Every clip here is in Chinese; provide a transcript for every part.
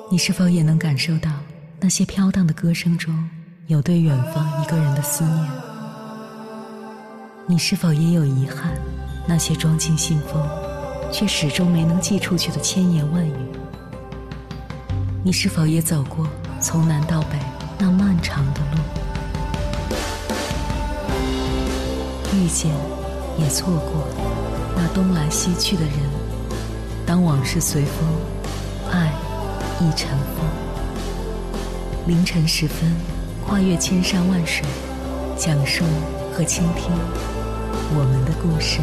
你是否也能感受到那些飘荡的歌声中有对远方一个人的思念？你是否也有遗憾，那些装进信封却始终没能寄出去的千言万语？你是否也走过从南到北那漫长的路？遇见也错过那东来西去的人，当往事随风，爱亦尘封。凌晨时分，跨越千山万水，讲述和倾听我们的故事。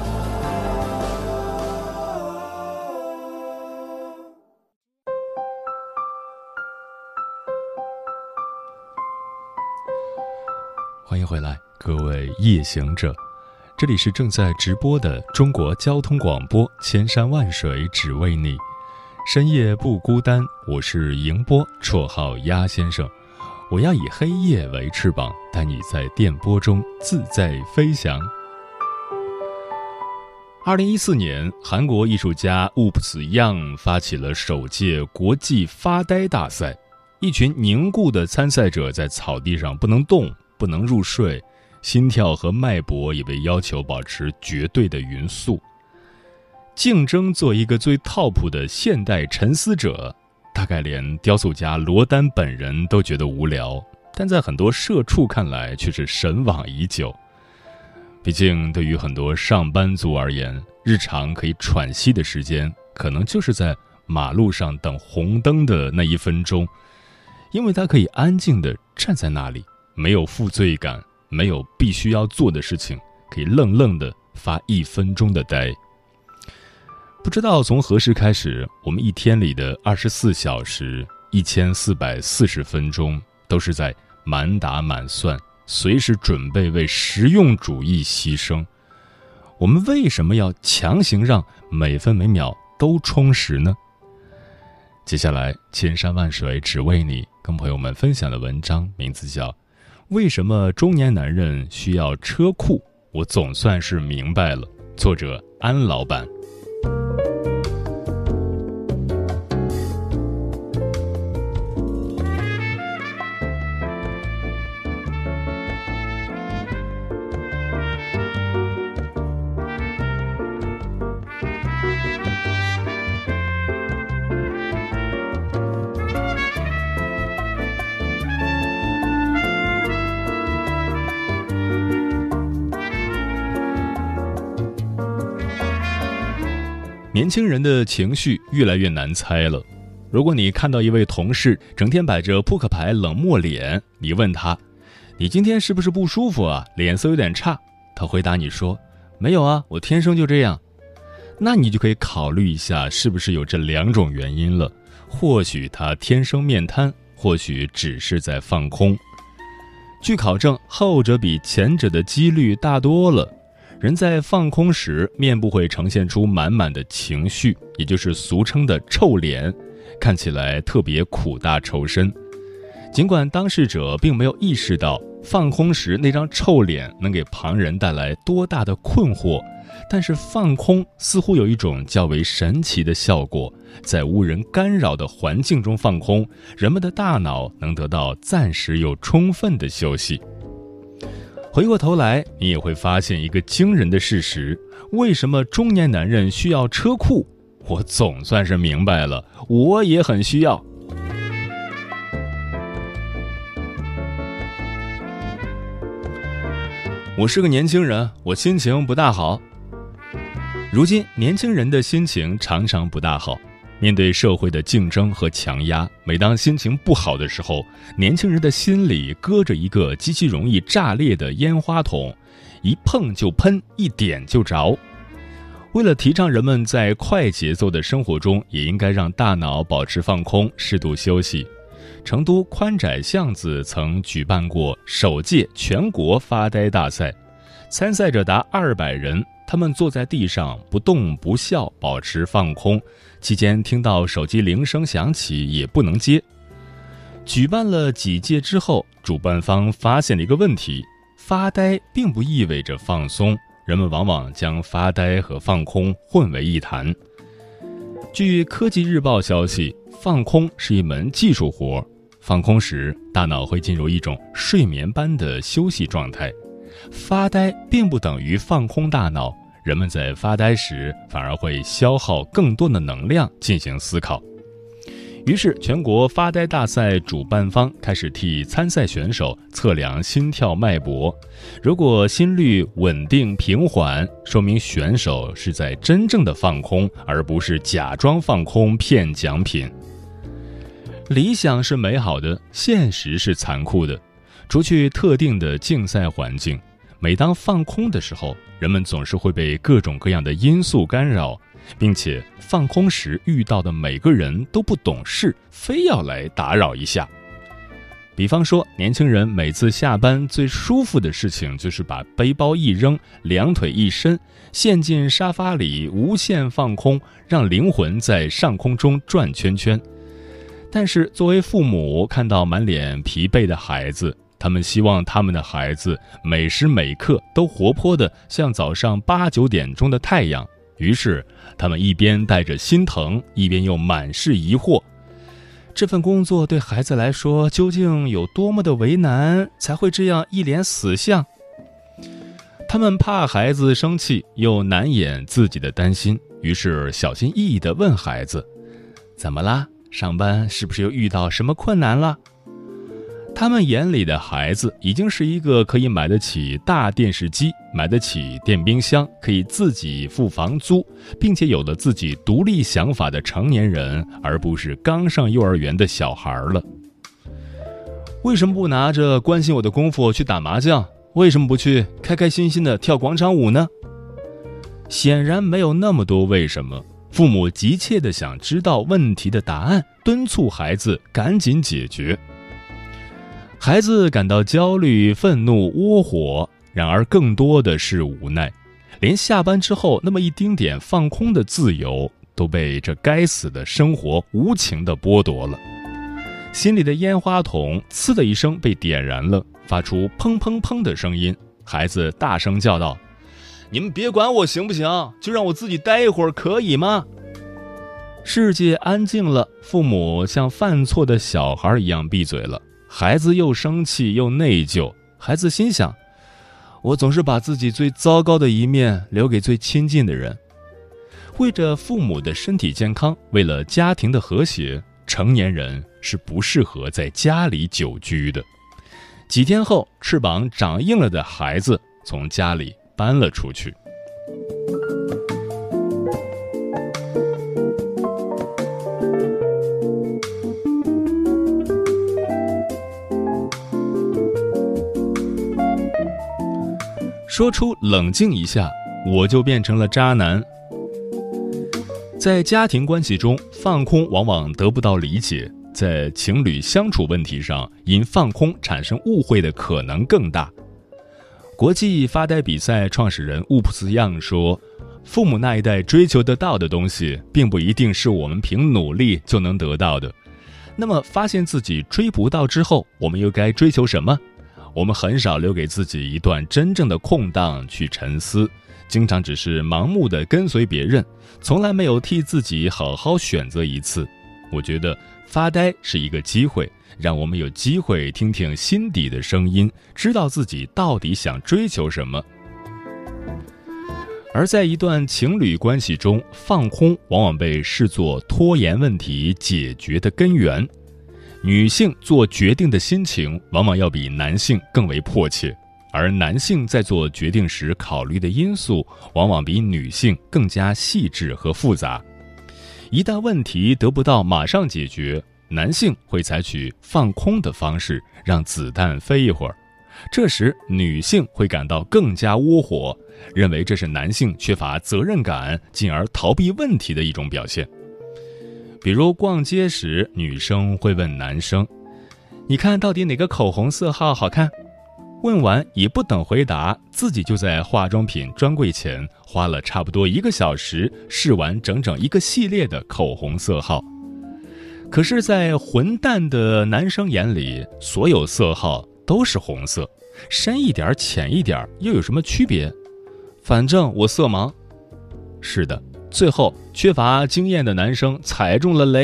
欢迎回来，各位夜行者，这里是正在直播的中国交通广播，千山万水只为你，深夜不孤单。我是迎波，绰号鸭先生。我要以黑夜为翅膀，带你在电波中自在飞翔。2014年，韩国艺术家乌普斯样发起了首届国际发呆大赛，一群凝固的参赛者在草地上不能动，不能入睡，心跳和脉搏也被要求保持绝对的匀速。竞争做一个最top的现代沉思者，大概连雕塑家罗丹本人都觉得无聊，但在很多社畜看来却是神往已久。毕竟对于很多上班族而言，日常可以喘息的时间可能就是在马路上等红灯的那1分钟，因为他可以安静地站在那里，没有负罪感，没有必须要做的事情，可以愣愣地发1分钟的呆。不知道从何时开始，我们一天里的24小时1440分钟都是在满打满算，随时准备为实用主义牺牲。我们为什么要强行让每分每秒都充实呢？接下来千山万水只为你跟朋友们分享的文章名字叫《为什么中年男人需要车库？我总算是明白了》，作者安老板。年轻人的情绪越来越难猜了。如果你看到一位同事整天摆着扑克牌冷漠脸，你问他，你今天是不是不舒服啊？脸色有点差。他回答你说，没有啊，我天生就这样。那你就可以考虑一下，是不是有这2种原因了。或许他天生面瘫，或许只是在放空。据考证，后者比前者的几率大多了。人在放空时，面部会呈现出满满的情绪，也就是俗称的臭脸，看起来特别苦大仇深。尽管当事者并没有意识到放空时那张臭脸能给旁人带来多大的困惑，但是放空似乎有一种较为神奇的效果。在无人干扰的环境中放空，人们的大脑能得到暂时又充分的休息。回过头来，你也会发现一个惊人的事实：为什么中年男人需要车库？我总算是明白了，我也很需要。我是个年轻人，我心情不大好。如今年轻人的心情常常不大好，面对社会的竞争和强压，每当心情不好的时候，年轻人的心里搁着一个极其容易炸裂的烟花筒，一碰就喷，一点就着。为了提倡人们在快节奏的生活中也应该让大脑保持放空，适度休息，成都宽窄巷子曾举办过首届全国发呆大赛，参赛者达200人，他们坐在地上不动不笑，保持放空，期间听到手机铃声响起也不能接。举办了几届之后，主办方发现了一个问题：发呆并不意味着放松，人们往往将发呆和放空混为一谈。据科技日报消息， 放空是一门技术活，放空时大脑会进入一种睡眠般的休息状态。发呆并不等于放空大脑，人们在发呆时反而会消耗更多的能量进行思考。于是全国发呆大赛主办方开始替参赛选手测量心跳脉搏，如果心率稳定平缓，说明选手是在真正的放空，而不是假装放空骗奖品。理想是美好的，现实是残酷的。除去特定的竞赛环境，每当放空的时候，人们总是会被各种各样的因素干扰，并且放空时遇到的每个人都不懂事，非要来打扰一下。比方说，年轻人每次下班最舒服的事情就是把背包一扔，两腿一伸，陷进沙发里无限放空，让灵魂在上空中转圈圈。但是作为父母，看到满脸疲惫的孩子，他们希望他们的孩子每时每刻都活泼的像早上8、9点钟的太阳，于是他们一边带着心疼，一边又满是疑惑，这份工作对孩子来说究竟有多么的为难，才会这样一脸死相。他们怕孩子生气，又难掩自己的担心，于是小心翼翼地问孩子，怎么啦？上班是不是又遇到什么困难了？他们眼里的孩子已经是一个可以买得起大电视机，买得起电冰箱，可以自己付房租，并且有了自己独立想法的成年人，而不是刚上幼儿园的小孩了。为什么不拿着关心我的功夫去打麻将？为什么不去开开心心的跳广场舞呢？显然没有那么多为什么，父母急切地想知道问题的答案，敦促孩子赶紧解决。孩子感到焦虑、愤怒、窝火，然而更多的是无奈，连下班之后那么一丁点放空的自由都被这该死的生活无情地剥夺了。心里的烟花筒呲的一声被点燃了，发出砰砰砰的声音，孩子大声叫道，你们别管我行不行，就让我自己待一会儿可以吗？世界安静了，父母像犯错的小孩一样闭嘴了，孩子又生气又内疚。孩子心想，我总是把自己最糟糕的一面留给最亲近的人。为着父母的身体健康，为了家庭的和谐，成年人是不适合在家里久居的。几天后，翅膀长硬了的孩子从家里搬了出去。说出冷静一下，我就变成了渣男。在家庭关系中，放空往往得不到理解，在情侣相处问题上，因放空产生误会的可能更大。国际发呆比赛创始人乌普斯扬说，父母那一代追求得到的东西，并不一定是我们凭努力就能得到的。那么发现自己追不到之后，我们又该追求什么？我们很少留给自己一段真正的空档去沉思，经常只是盲目的跟随别人，从来没有替自己好好选择一次。我觉得发呆是一个机会，让我们有机会听听心底的声音，知道自己到底想追求什么。而在一段情侣关系中，放空往往被视作拖延问题解决的根源。女性做决定的心情往往要比男性更为迫切，而男性在做决定时考虑的因素往往比女性更加细致和复杂。一旦问题得不到马上解决，男性会采取放空的方式，让子弹飞一会儿。这时女性会感到更加窝火，认为这是男性缺乏责任感，进而逃避问题的一种表现。比如逛街时，女生会问男生，你看到底哪个口红色号好看？问完也不等回答，自己就在化妆品专柜前花了差不多1个小时试完整整1个系列的口红色号。可是在混蛋的男生眼里，所有色号都是红色，深一点浅一点又有什么区别？反正我色盲。是的，最后缺乏经验的男生踩中了雷，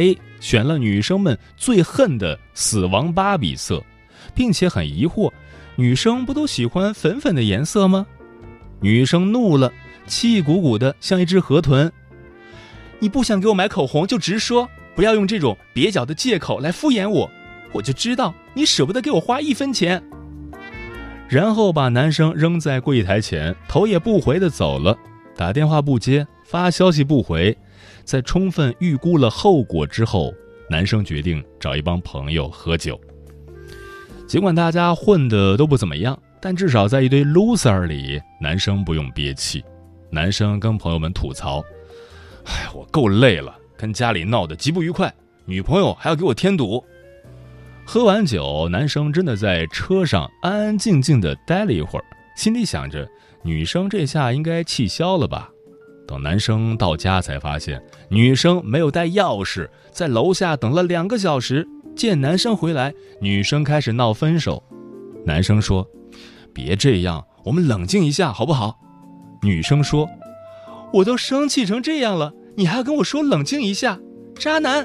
选了女生们最恨的死亡芭比色，并且很疑惑，女生不都喜欢粉粉的颜色吗？女生怒了，气鼓鼓的像一只河豚。你不想给我买口红就直说，不要用这种蹩脚的借口来敷衍我，我就知道你舍不得给我花1分钱。然后把男生扔在柜台前，头也不回的走了，打电话不接，发消息不回。在充分预估了后果之后，男生决定找一帮朋友喝酒。尽管大家混的都不怎么样，但至少在一堆 loser 里，男生不用憋气。男生跟朋友们吐槽，我够累了，跟家里闹得极不愉快，女朋友还要给我添堵。喝完酒，男生真的在车上安安静静地待了一会儿，心里想着女生这下应该气消了吧。等男生到家才发现女生没有带钥匙，在楼下等了2个小时，见男生回来，女生开始闹分手。男生说，别这样，我们冷静一下好不好？女生说，我都生气成这样了，你还要跟我说冷静一下，渣男。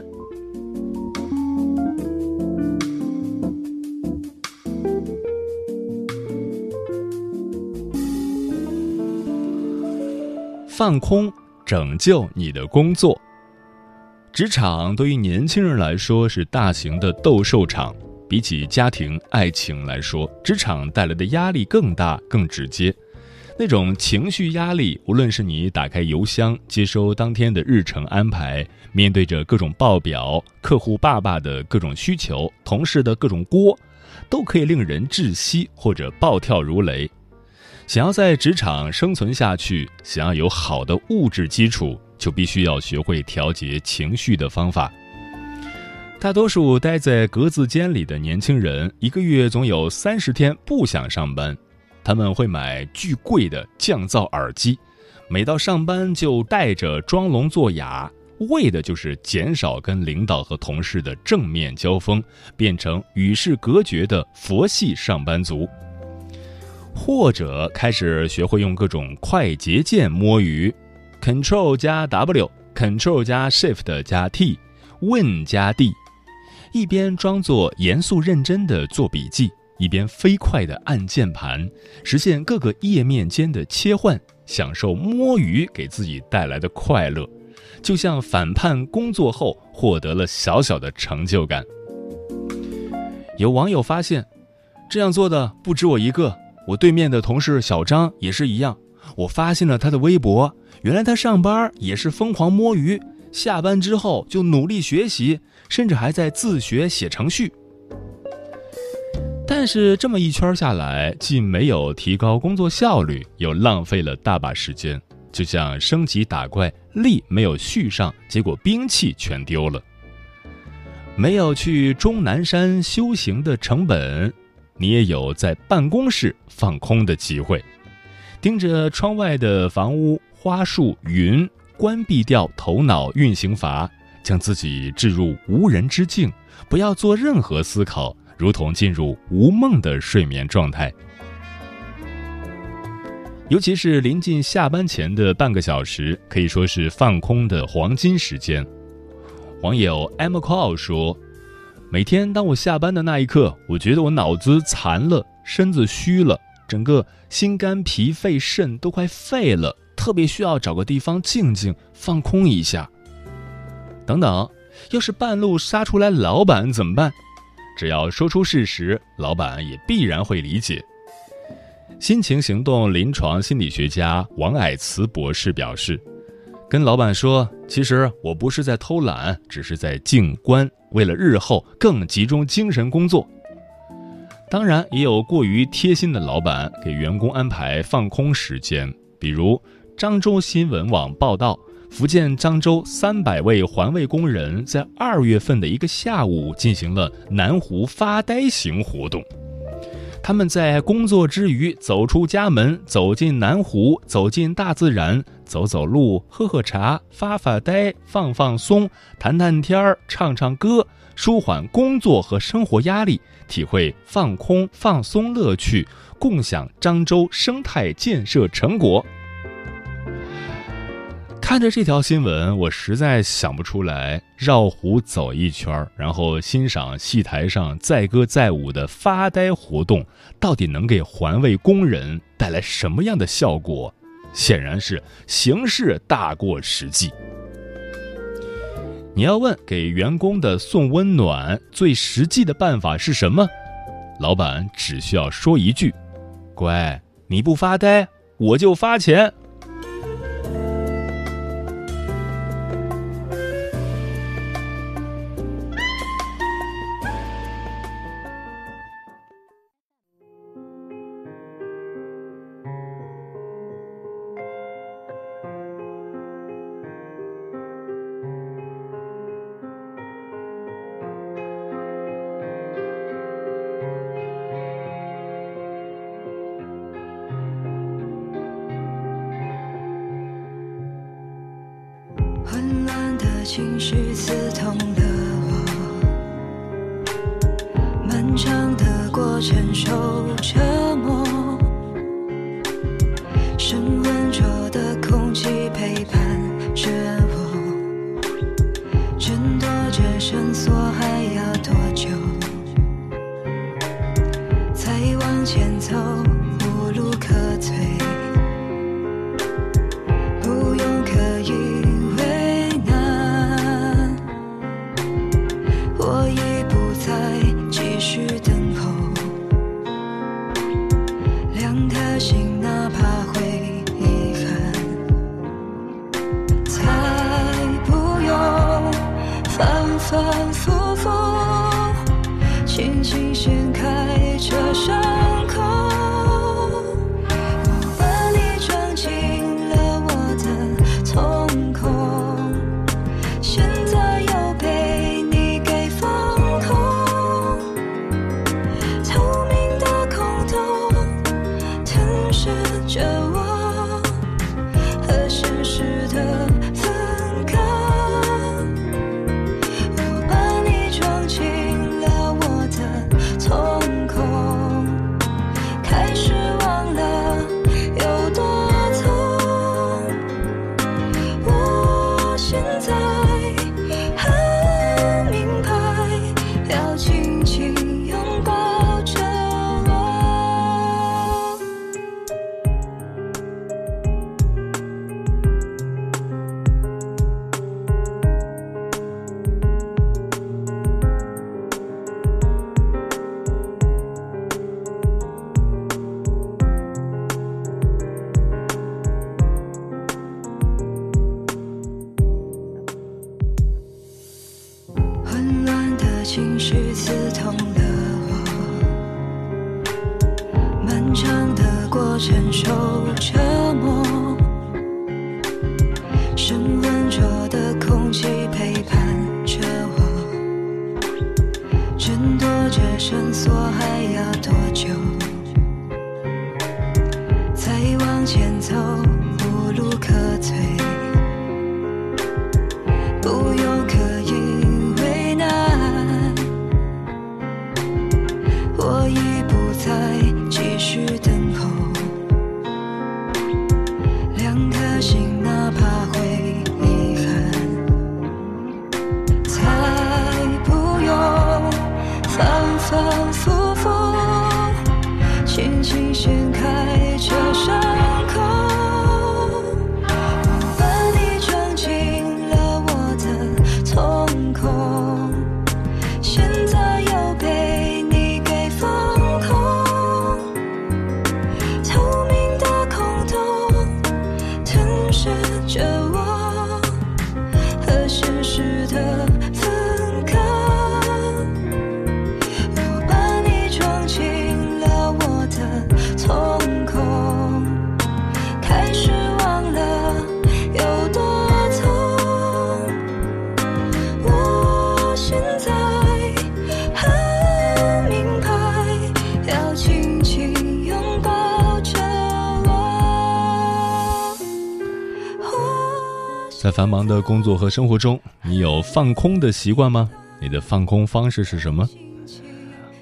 放空，拯救你的工作。职场对于年轻人来说是大型的斗兽场，比起家庭、爱情来说，职场带来的压力更大、更直接。那种情绪压力，无论是你打开邮箱接收当天的日程安排，面对着各种报表、客户爸爸的各种需求、同事的各种锅，都可以令人窒息或者暴跳如雷。想要在职场生存下去，想要有好的物质基础，就必须要学会调节情绪的方法。大多数待在格子间里的年轻人，一个月总有30天不想上班。他们会买巨贵的降噪耳机，每到上班就戴着装聋作哑，为的就是减少跟领导和同事的正面交锋，变成与世隔绝的佛系上班族。或者开始学会用各种快捷键摸鱼， Ctrl 加 W， Ctrl 加 Shift 加 T， Win 加 D， 一边装作严肃认真的做笔记，一边飞快地按键盘，实现各个页面间的切换，享受摸鱼给自己带来的快乐，就像反叛工作后获得了小小的成就感。有网友发现，这样做的不止我一个，我对面的同事小张也是一样。我发现了他的微博，原来他上班也是疯狂摸鱼，下班之后就努力学习，甚至还在自学写程序。但是这么一圈下来，既没有提高工作效率，又浪费了大把时间，就像升级打怪，力没有续上，结果兵器全丢了。没有去终南山修行的成本，你也有在办公室放空的机会。盯着窗外的房屋、花树、云，关闭掉头脑运行阀，将自己置入无人之境，不要做任何思考，如同进入无梦的睡眠状态。尤其是临近下班前的半个小时，可以说是放空的黄金时间。网友 Emma Call 说，每天当我下班的那一刻，我觉得我脑子残了，身子虚了，整个心肝脾肺肾都快废了，特别需要找个地方静静放空一下。等等，要是半路杀出来老板怎么办？只要说出事实，老板也必然会理解。心情行动临床心理学家王霭慈博士表示，跟老板说，其实我不是在偷懒，只是在静观，为了日后更集中精神工作。当然也有过于贴心的老板给员工安排放空时间，比如漳州新闻网报道，福建漳州300位环卫工人在2月份的一个下午进行了南湖发呆型活动。他们在工作之余走出家门，走进南湖，走进大自然，走走路，喝喝茶，发发呆，放放松，谈谈天，唱唱歌，舒缓工作和生活压力，体会放空放松乐趣，共享漳州生态建设成果。 看着这条新闻，我实在想不出来绕湖走一圈，然后欣赏戏台上载歌载舞的发呆活动，到底能给环卫工人带来什么样的效果？显然是形式大过实际。你要问给员工的送温暖最实际的办法是什么？老板只需要说一句：乖，你不发呆，我就发钱。 混乱的情绪刺痛了我，漫长的过程受折磨，深浑浊的空气陪伴着我，争夺着绳索还要多久才往前走，无路可退，不用刻意我已不再继续等候，两颗心哪怕会遗憾，才不用反反复复轻轻掀开这伤口。我把你装进了我的瞳孔，现在又被你给放空，透明的空洞吞噬着我和现实的分割。我把你装进了我的瞳孔，开始忘了有多痛。我现在很明白，要紧紧拥抱着我。混乱的情绪刺痛了我，漫长的过程受折磨，深浑浊的空气陪伴着我，争夺着绳索还要多久才往前走，无路可退，不用刻意为难，我已不再继续等候，两颗心哪怕会遗憾，才不用反反复复轻轻掀开这伤口。我把你装进了我的瞳孔，现在又被你给放空，透明的空洞吞噬着我和现实的分割。我把你装进了我的瞳孔，开始忘了有多痛。我现在很明白，要紧紧拥抱着我。 在繁忙的工作和生活中，你有放空的习惯吗？你的放空方式是什么？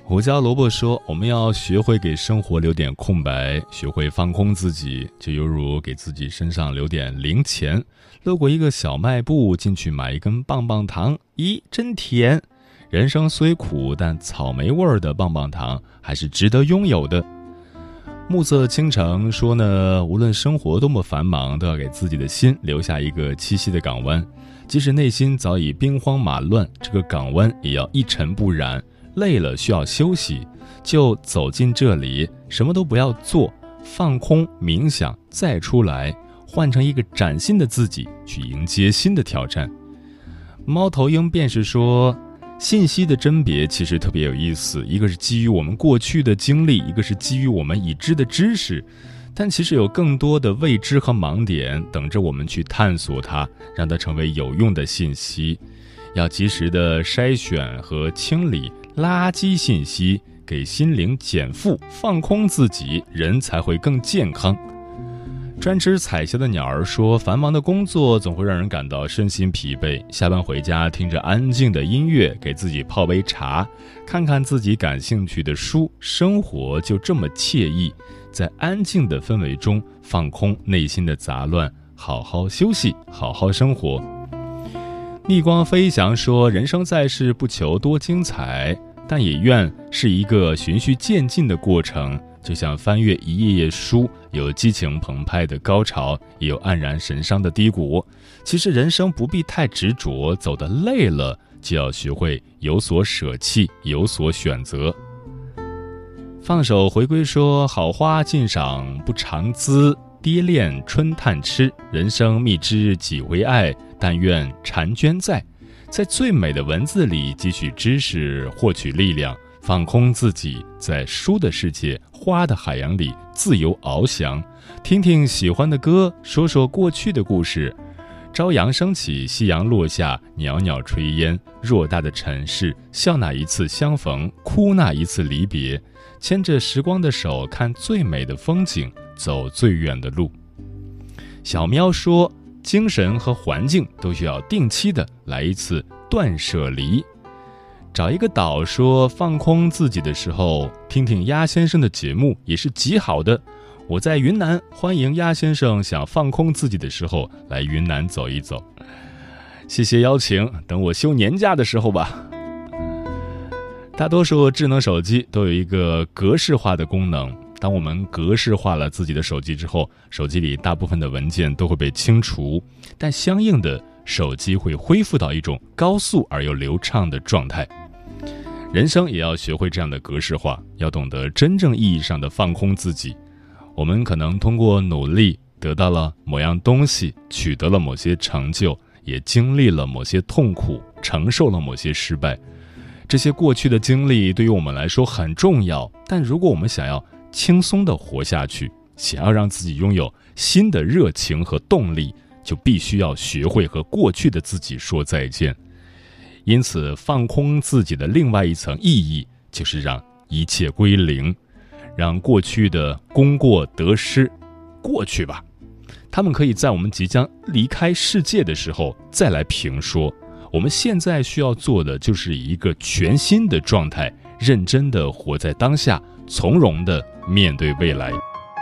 胡椒萝卜说，我们要学会给生活留点空白，学会放空自己，就犹如给自己身上留点零钱，路过一个小卖部，进去买一根棒棒糖，咦，真甜。人生虽苦，但草莓味儿的棒棒糖还是值得拥有的。暮色倾城说呢，无论生活多么繁忙，都要给自己的心留下一个栖息的港湾，即使内心早已兵荒马乱，这个港湾也要一尘不染。累了需要休息，就走进这里，什么都不要做，放空冥想，再出来，换成一个崭新的自己，去迎接新的挑战。猫头鹰便是说，信息的甄别其实特别有意思，一个是基于我们过去的经历，一个是基于我们已知的知识，但其实有更多的未知和盲点等着我们去探索它，让它成为有用的信息。要及时的筛选和清理垃圾信息，给心灵减负，放空自己，人才会更健康。专吃彩霞的鸟儿说，繁忙的工作总会让人感到身心疲惫，下班回家听着安静的音乐，给自己泡杯茶，看看自己感兴趣的书，生活就这么惬意，在安静的氛围中放空内心的杂乱，好好休息，好好生活。逆光飞翔说，人生在世不求多精彩，但也愿是一个循序渐进的过程，就像翻阅一页页书，有激情澎湃的高潮，也有黯然神伤的低谷。其实人生不必太执着，走得累了就要学会有所舍弃，有所选择。放手回归说，好花尽赏不长姿，跌恋春探吃，人生觅知几回爱，但愿婵娟在最美的文字里汲取知识，获取力量，放空自己，在书的世界，花的海洋里自由翱翔，听听喜欢的歌，说说过去的故事。朝阳升起，夕阳落下，袅袅炊烟，偌大的尘世，笑那一次相逢，哭那一次离别，牵着时光的手，看最美的风景，走最远的路。小喵说，精神和环境都需要定期的来一次断舍离。找一个岛说，放空自己的时候，听听鸭先生的节目也是极好的。我在云南，欢迎鸭先生想放空自己的时候来云南走一走。谢谢邀请，等我休年假的时候吧。大多数智能手机都有一个格式化的功能，当我们格式化了自己的手机之后，手机里大部分的文件都会被清除，但相应的手机会恢复到一种高速而又流畅的状态。人生也要学会这样的格式化，要懂得真正意义上的放空自己。我们可能通过努力得到了某样东西，取得了某些成就，也经历了某些痛苦，承受了某些失败。这些过去的经历对于我们来说很重要，但如果我们想要轻松地活下去，想要让自己拥有新的热情和动力，就必须要学会和过去的自己说再见。因此，放空自己的另外一层意义，就是让一切归零，让过去的功过得失过去吧，他们可以在我们即将离开世界的时候再来评说。我们现在需要做的就是以一个全新的状态，认真地活在当下，从容地面对未来。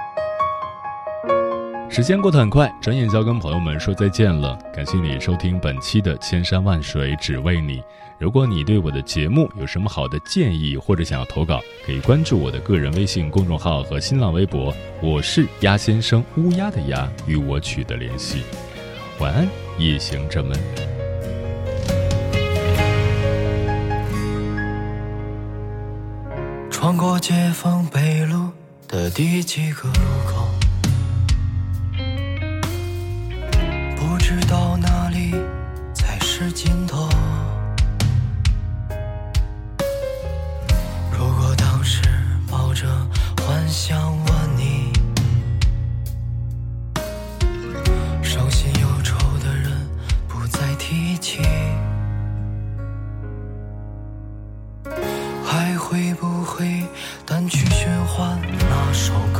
时间过得很快，转眼就要跟朋友们说再见了。感谢你收听本期的千山万水只为你。如果你对我的节目有什么好的建议，或者想要投稿，可以关注我的个人微信公众号和新浪微博，我是鸭先生，乌鸦的鸦，与我取得联系。晚安，夜行者们。 穿过解放北路的第几个路口，不知道哪里才是尽头。如果当时抱着幻想问你，伤心忧愁的人不再提起，还会不会单曲循环那首歌？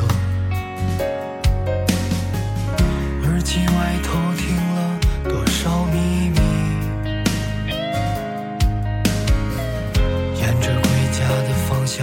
耳机外偷听了多少秘密？沿着归家的方向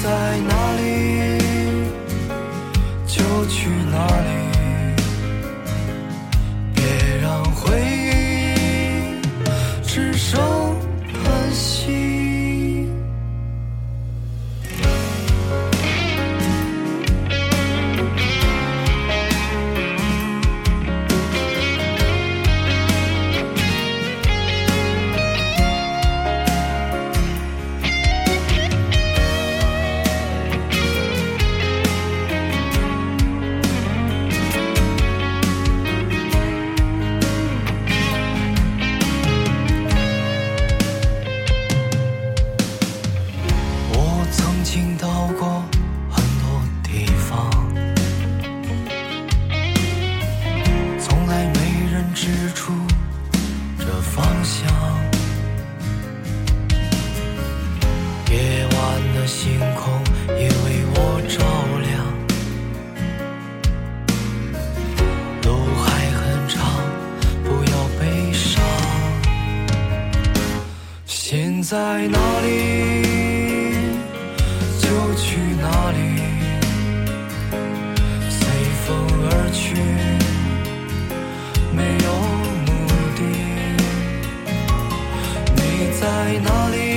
在哪里就去哪里，别让回忆只剩叹息。星空也为我照亮，路还很长，不要悲伤。心在哪里就去哪里，随风而去，没有目的。你在哪里